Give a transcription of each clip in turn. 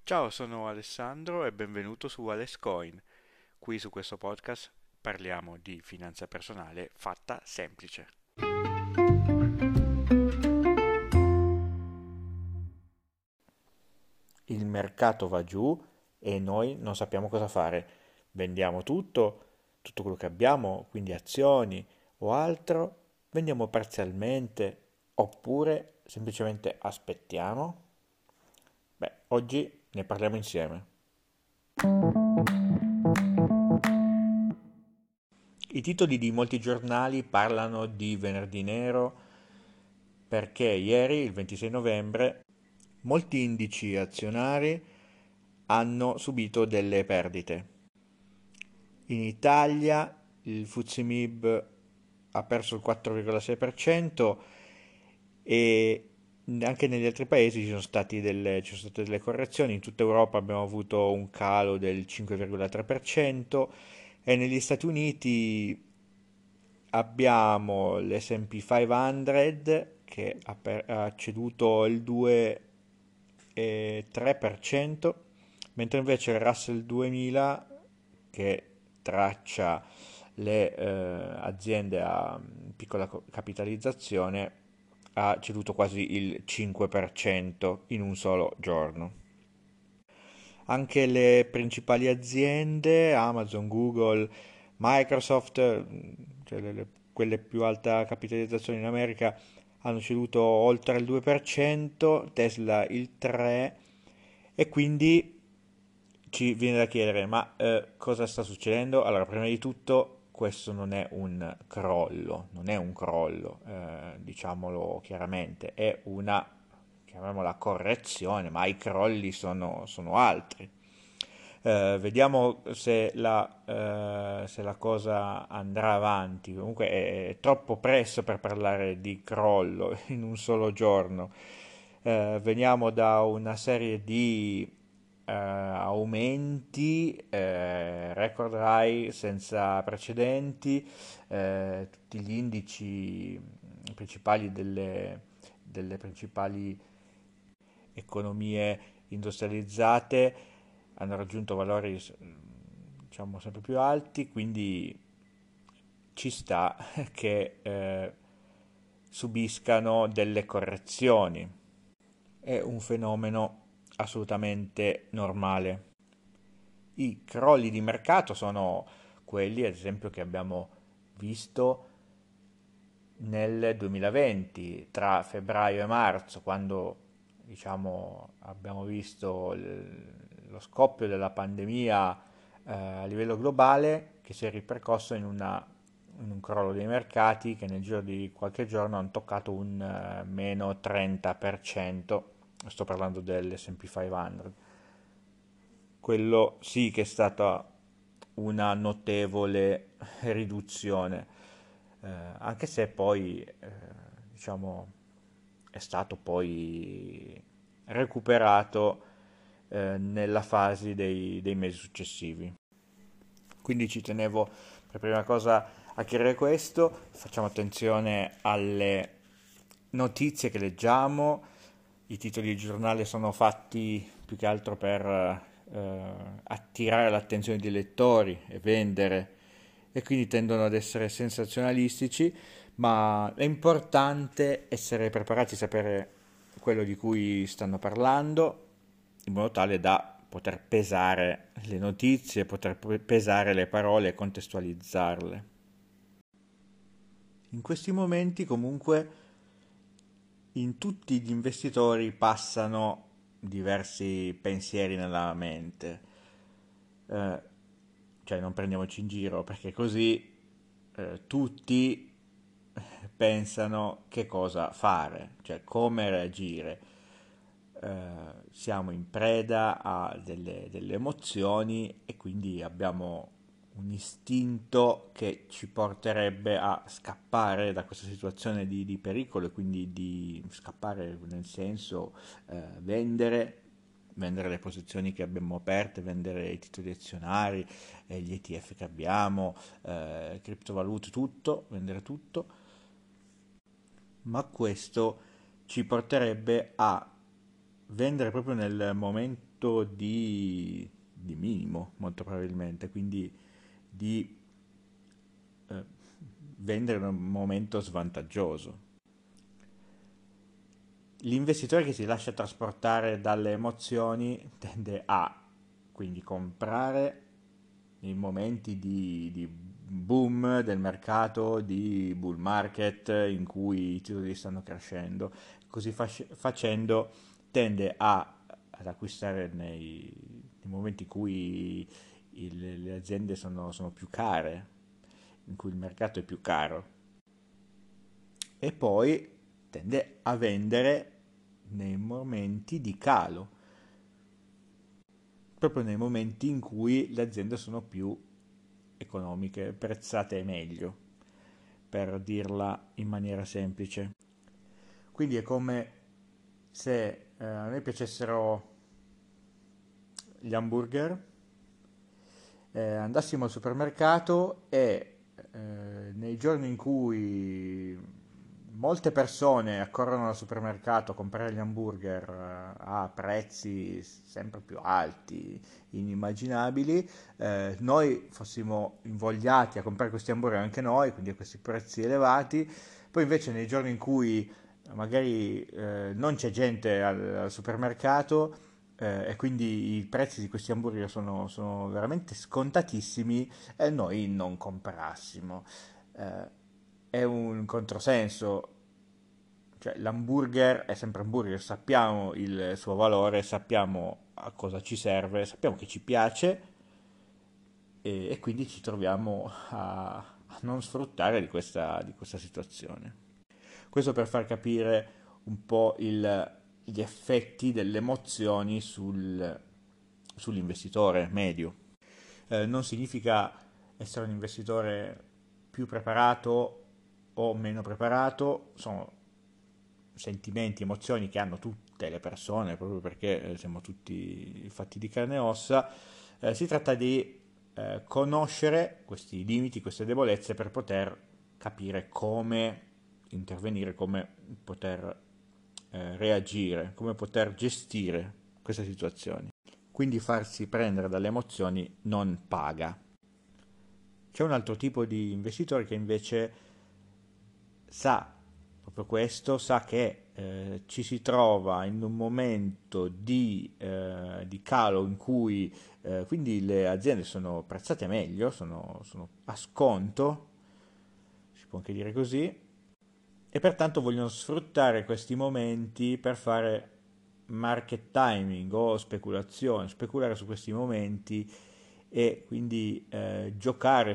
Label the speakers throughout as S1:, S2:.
S1: Ciao, sono Alessandro e benvenuto su Alescoin. Qui su questo podcast parliamo di finanza personale fatta semplice. Il mercato va giù e noi non sappiamo cosa fare. Vendiamo tutto quello che abbiamo, quindi azioni o altro, vendiamo parzialmente oppure semplicemente aspettiamo? Beh, oggi ne parliamo insieme. I titoli di molti giornali parlano di venerdì nero perché ieri, il 26 novembre, molti indici azionari hanno subito delle perdite. In Italia il FTSE MIB ha perso il 4,6% e anche negli altri paesi ci sono state delle correzioni. In tutta Europa abbiamo avuto un calo del 5,3% e negli Stati Uniti abbiamo l'S&P 500 che ha ceduto il 2,3%, mentre invece il Russell 2000, che traccia le aziende a piccola capitalizzazione, ha ceduto quasi il 5% in un solo giorno. Anche le principali aziende, Amazon, Google, Microsoft, cioè quelle più alta capitalizzazione in America, hanno ceduto oltre il 2%, Tesla il 3%, e quindi ci viene da chiedere, ma cosa sta succedendo? Allora, prima di tutto, questo non è un crollo, non è un crollo, diciamolo chiaramente, è una, chiamiamola correzione, ma i crolli sono altri. Vediamo se la cosa andrà avanti. Comunque è troppo presto per parlare di crollo in un solo giorno. Veniamo da una serie di aumenti, record high senza precedenti, tutti gli indici principali delle principali economie industrializzate hanno raggiunto valori diciamo sempre più alti, quindi ci sta che subiscano delle correzioni. È un fenomeno assolutamente normale. I crolli di mercato sono quelli, ad esempio, che abbiamo visto nel 2020, tra febbraio e marzo, quando diciamo, abbiamo visto lo scoppio della pandemia a livello globale, che si è ripercosso in un crollo dei mercati che nel giro di qualche giorno hanno toccato un meno 30%. Sto parlando dell'S&P 500. Quello sì che è stata una notevole riduzione, anche se poi, diciamo, è stato poi recuperato nella fase dei mesi successivi. Quindi ci tenevo per prima cosa a chiarire questo, facciamo attenzione alle notizie che leggiamo, i titoli di giornale sono fatti più che altro per attirare l'attenzione dei lettori e vendere e quindi tendono ad essere sensazionalistici, ma è importante essere preparati, sapere quello di cui stanno parlando, in modo tale da poter pesare le notizie, poter pesare le parole e contestualizzarle. In questi momenti comunque in tutti gli investitori passano diversi pensieri nella mente. Eh, cioè non prendiamoci in giro perché così tutti pensano che cosa fare, cioè come reagire. Siamo in preda a delle emozioni e quindi abbiamo un istinto che ci porterebbe a scappare da questa situazione di pericolo e quindi di scappare nel senso vendere le posizioni che abbiamo aperte, vendere i titoli azionari, gli ETF che abbiamo, criptovalute, tutto, vendere tutto, ma questo ci porterebbe a vendere proprio nel momento di minimo, molto probabilmente, quindi di eh, vendere in un momento svantaggioso. L'investitore che si lascia trasportare dalle emozioni tende a quindi comprare in momenti di boom del mercato, di bull market in cui i titoli stanno crescendo. Così facendo tende ad acquistare nei momenti in cui le aziende sono più care, in cui il mercato è più caro, e poi tende a vendere nei momenti di calo, proprio nei momenti in cui le aziende sono più economiche, prezzate meglio, per dirla in maniera semplice. Quindi è come se a me piacessero gli hamburger, andassimo al supermercato e nei giorni in cui molte persone accorrono al supermercato a comprare gli hamburger a prezzi sempre più alti, inimmaginabili, noi fossimo invogliati a comprare questi hamburger anche noi, quindi a questi prezzi elevati. Poi invece nei giorni in cui magari non c'è gente al supermercato, e quindi i prezzi di questi hamburger sono veramente scontatissimi, e noi non comparassimo. Eh, è un controsenso, cioè l'hamburger è sempre hamburger, sappiamo il suo valore, sappiamo a cosa ci serve, sappiamo che ci piace, e quindi ci troviamo a non sfruttare di questa situazione. Questo per far capire un po' gli effetti delle emozioni sull'investitore medio. Non significa essere un investitore più preparato o meno preparato, sono sentimenti, emozioni che hanno tutte le persone, proprio perché siamo tutti fatti di carne e ossa. Si tratta di conoscere questi limiti, queste debolezze per poter capire come intervenire, come poter reagire, come poter gestire queste situazioni. Quindi farsi prendere dalle emozioni non paga. C'è un altro tipo di investitore che invece sa proprio questo, sa che ci si trova in un momento di calo in cui quindi le aziende sono prezzate meglio, sono a sconto, si può anche dire così, e pertanto vogliono sfruttare questi momenti per fare market timing o speculazione, speculare su questi momenti e quindi giocare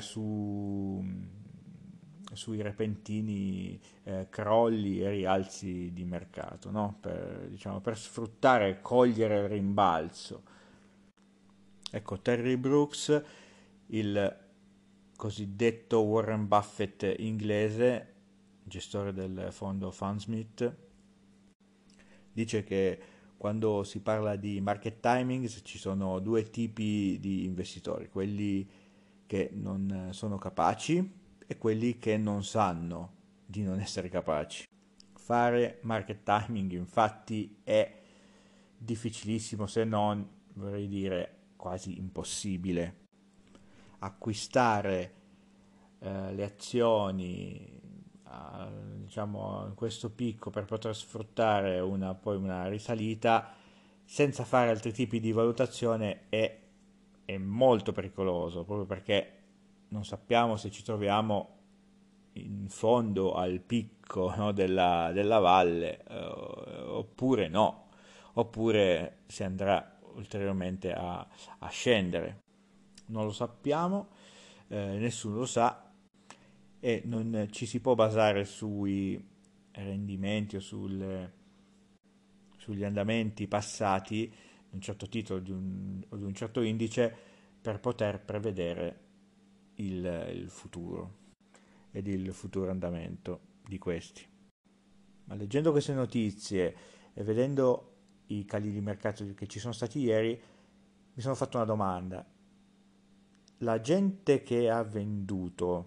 S1: sui repentini crolli e rialzi di mercato, no? Diciamo, per sfruttare e cogliere il rimbalzo. Ecco, Terry Brooks, il cosiddetto Warren Buffett inglese, gestore del fondo Fundsmith, dice che quando si parla di market timing ci sono due tipi di investitori, quelli che non sono capaci e quelli che non sanno di non essere capaci. Fare market timing infatti è difficilissimo, se non vorrei dire quasi impossibile. Acquistare le azioni diciamo in questo picco per poter sfruttare poi una risalita senza fare altri tipi di valutazione è molto pericoloso, proprio perché non sappiamo se ci troviamo in fondo al picco, no, della valle, oppure no, oppure si andrà ulteriormente a scendere. Non lo sappiamo, nessuno lo sa, e non ci si può basare sui rendimenti o sugli andamenti passati di un certo titolo o di un certo indice per poter prevedere il futuro ed il futuro andamento di questi. Ma leggendo queste notizie e vedendo i cali di mercato che ci sono stati ieri, mi sono fatto una domanda. La gente che ha venduto,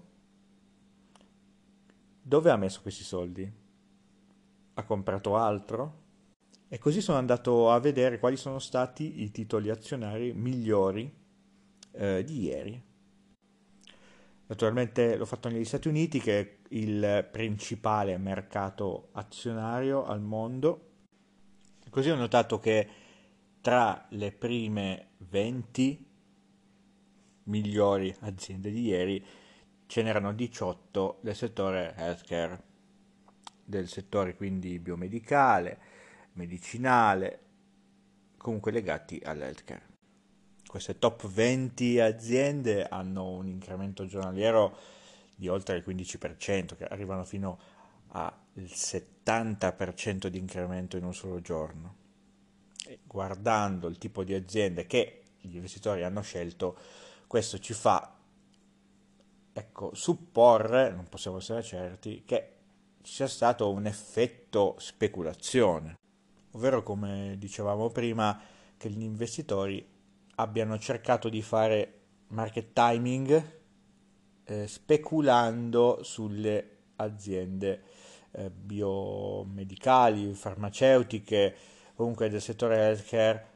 S1: dove ha messo questi soldi? Ha comprato altro? E così sono andato a vedere quali sono stati i titoli azionari migliori di ieri. Naturalmente l'ho fatto negli Stati Uniti, che è il principale mercato azionario al mondo. Così ho notato che tra le prime 20 migliori aziende di ieri ce n'erano 18 del settore healthcare, del settore quindi biomedicale, medicinale, comunque legati all'healthcare. Queste top 20 aziende hanno un incremento giornaliero di oltre il 15%, che arrivano fino al 70% di incremento in un solo giorno. E guardando il tipo di aziende che gli investitori hanno scelto, questo ci fa, ecco, supporre, non possiamo essere certi, che ci sia stato un effetto speculazione, ovvero come dicevamo prima, che gli investitori abbiano cercato di fare market timing speculando sulle aziende biomedicali, farmaceutiche, comunque del settore healthcare,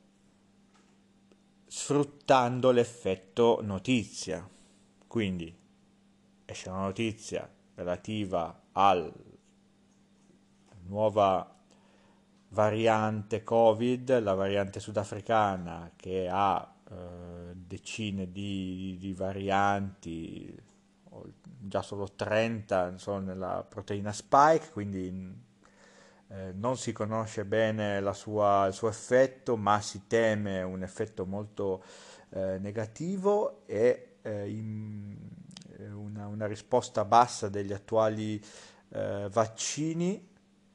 S1: sfruttando l'effetto notizia. Quindi esce una notizia relativa alla nuova variante Covid, la variante sudafricana che ha decine di varianti, già solo 30 sono nella proteina spike, quindi non si conosce bene il suo effetto, ma si teme un effetto molto negativo e una risposta bassa degli attuali vaccini.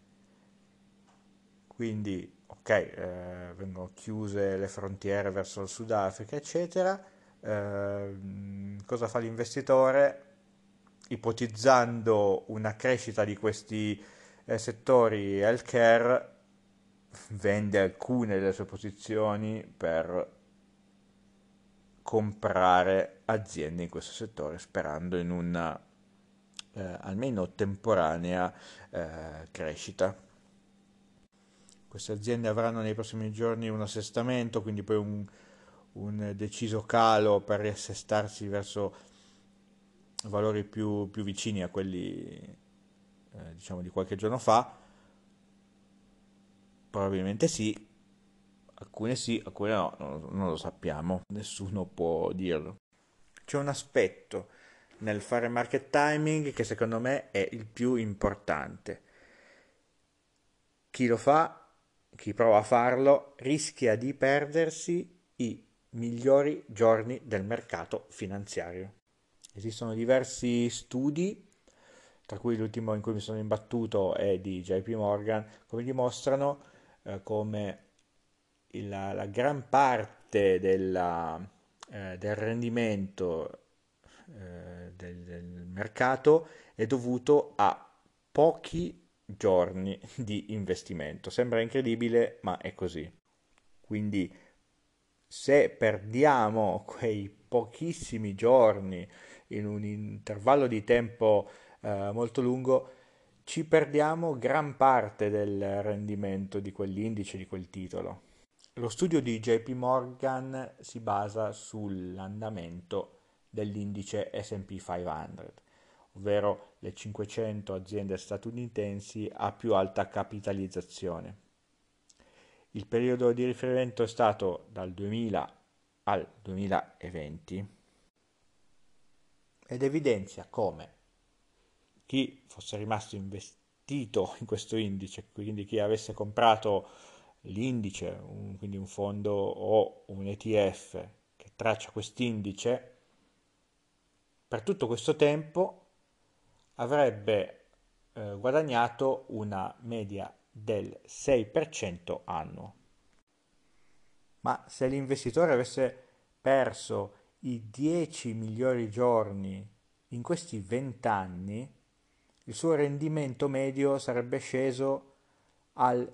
S1: Quindi, ok, vengono chiuse le frontiere verso il Sudafrica, eccetera. Cosa fa l'investitore? Ipotizzando una crescita di questi settori healthcare, vende alcune delle sue posizioni per comprare aziende in questo settore, sperando in una almeno temporanea crescita. Queste aziende avranno nei prossimi giorni un assestamento, quindi poi un deciso calo per riassestarsi verso valori più vicini a quelli diciamo di qualche giorno fa. Probabilmente sì, alcune no, non lo sappiamo, nessuno può dirlo. C'è un aspetto nel fare market timing che secondo me è il più importante. Chi lo fa, chi prova a farlo, rischia di perdersi i migliori giorni del mercato finanziario. Esistono diversi studi, tra cui l'ultimo in cui mi sono imbattuto è di JP Morgan, come dimostrano come la gran parte del rendimento del mercato è dovuto a pochi giorni di investimento. Sembra incredibile, ma è così. Quindi se perdiamo quei pochissimi giorni in un intervallo di tempo molto lungo, ci perdiamo gran parte del rendimento di quell'indice, di quel titolo. Lo studio di JP Morgan si basa sull'andamento dell'indice S&P 500, ovvero le 500 aziende statunitensi a più alta capitalizzazione. Il periodo di riferimento è stato dal 2000 al 2020 ed evidenzia come chi fosse rimasto investito in questo indice, quindi chi avesse comprato l'indice, quindi un fondo o un ETF che traccia quest'indice, per tutto questo tempo avrebbe guadagnato una media del 6% annuo. Ma se l'investitore avesse perso i 10 migliori giorni in questi 20 anni, il suo rendimento medio sarebbe sceso al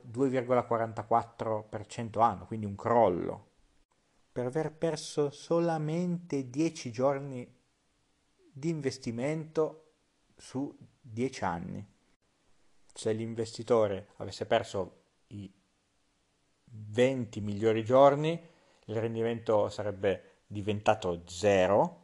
S1: 2,44% anno, quindi un crollo, per aver perso solamente 10 giorni di investimento su 10 anni. Se l'investitore avesse perso i 20 migliori giorni il rendimento sarebbe diventato 0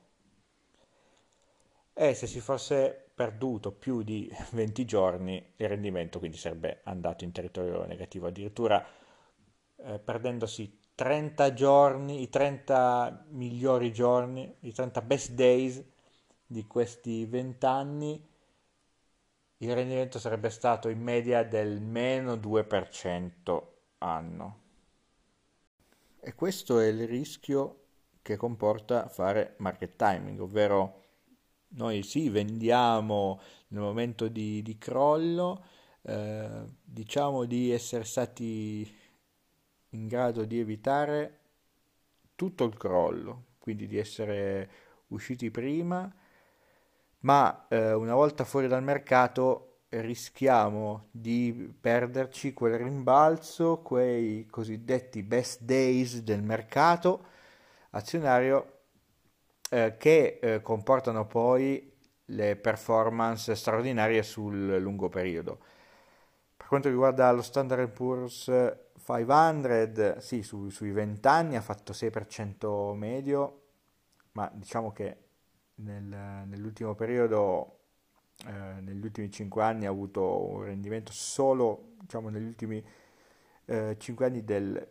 S1: e se si fosse perduto più di 20 giorni il rendimento quindi sarebbe andato in territorio negativo, addirittura perdendosi 30 giorni, i 30 migliori giorni, i 30 best days di questi 20 anni, il rendimento sarebbe stato in media del meno 2% anno. E questo è il rischio che comporta fare market timing, ovvero noi sì, vendiamo nel momento di crollo, diciamo di essere stati in grado di evitare tutto il crollo, quindi di essere usciti prima, ma una volta fuori dal mercato rischiamo di perderci quel rimbalzo, quei cosiddetti best days del mercato azionario che comportano poi le performance straordinarie sul lungo periodo. Per quanto riguarda lo Standard Poor's 500, sì, sui 20 anni ha fatto 6% medio, ma diciamo che nell'ultimo periodo, negli ultimi 5 anni ha avuto un rendimento solo, diciamo, negli ultimi 5 anni del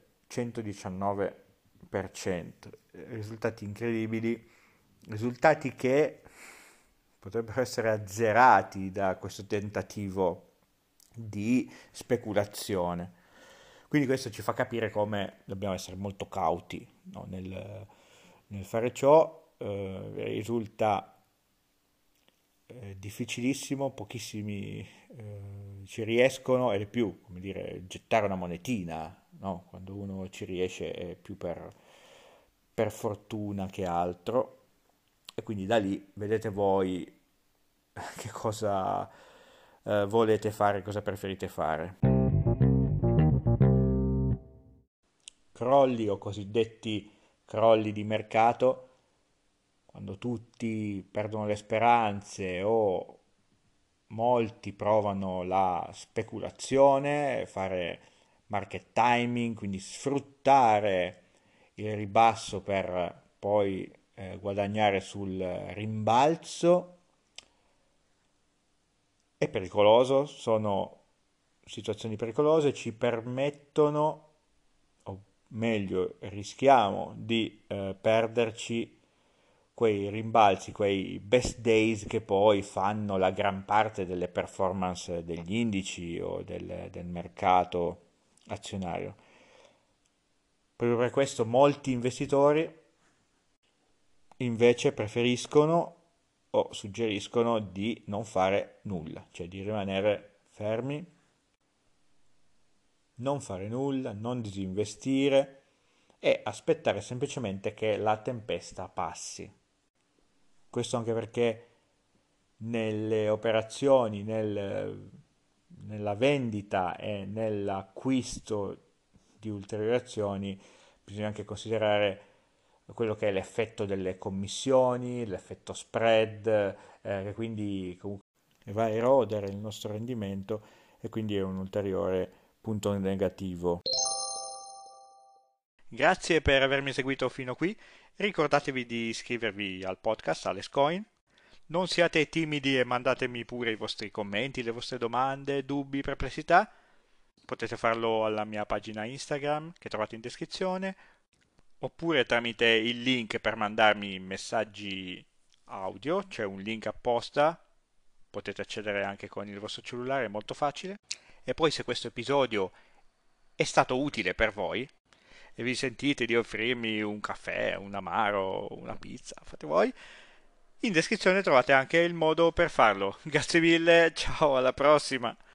S1: 119%. Risultati incredibili, risultati che potrebbero essere azzerati da questo tentativo di speculazione. Quindi questo ci fa capire come dobbiamo essere molto cauti, no, nel fare ciò. Risulta difficilissimo, pochissimi ci riescono ed è più, come dire, gettare una monetina, no? Quando uno ci riesce è più per fortuna che altro. E quindi da lì vedete voi che cosa volete fare, cosa preferite fare. Crolli o cosiddetti crolli di mercato, quando tutti perdono le speranze o molti provano la speculazione, fare market timing, quindi sfruttare il ribasso per poi guadagnare sul rimbalzo, è pericoloso, sono situazioni pericolose, ci permettono, o meglio, rischiamo di perderci quei rimbalzi, quei best days che poi fanno la gran parte delle performance degli indici o del mercato azionario. Proprio per questo molti investitori invece preferiscono o suggeriscono di non fare nulla, cioè di rimanere fermi, non fare nulla, non disinvestire e aspettare semplicemente che la tempesta passi. Questo anche perché nelle operazioni, nella vendita e nell'acquisto di ulteriori azioni bisogna anche considerare quello che è l'effetto delle commissioni, l'effetto spread, che quindi comunque va a erodere il nostro rendimento e quindi è un ulteriore punto negativo. Grazie per avermi seguito fino qui. Ricordatevi di iscrivervi al podcast Alex Coin. Non siate timidi e mandatemi pure i vostri commenti, le vostre domande, dubbi, perplessità. Potete farlo alla mia pagina Instagram che trovate in descrizione, oppure tramite il link per mandarmi messaggi audio, c'è un link apposta, potete accedere anche con il vostro cellulare, è molto facile. E poi se questo episodio è stato utile per voi e vi sentite di offrirmi un caffè, un amaro, una pizza, fate voi, in descrizione trovate anche il modo per farlo. Grazie mille, ciao, alla prossima!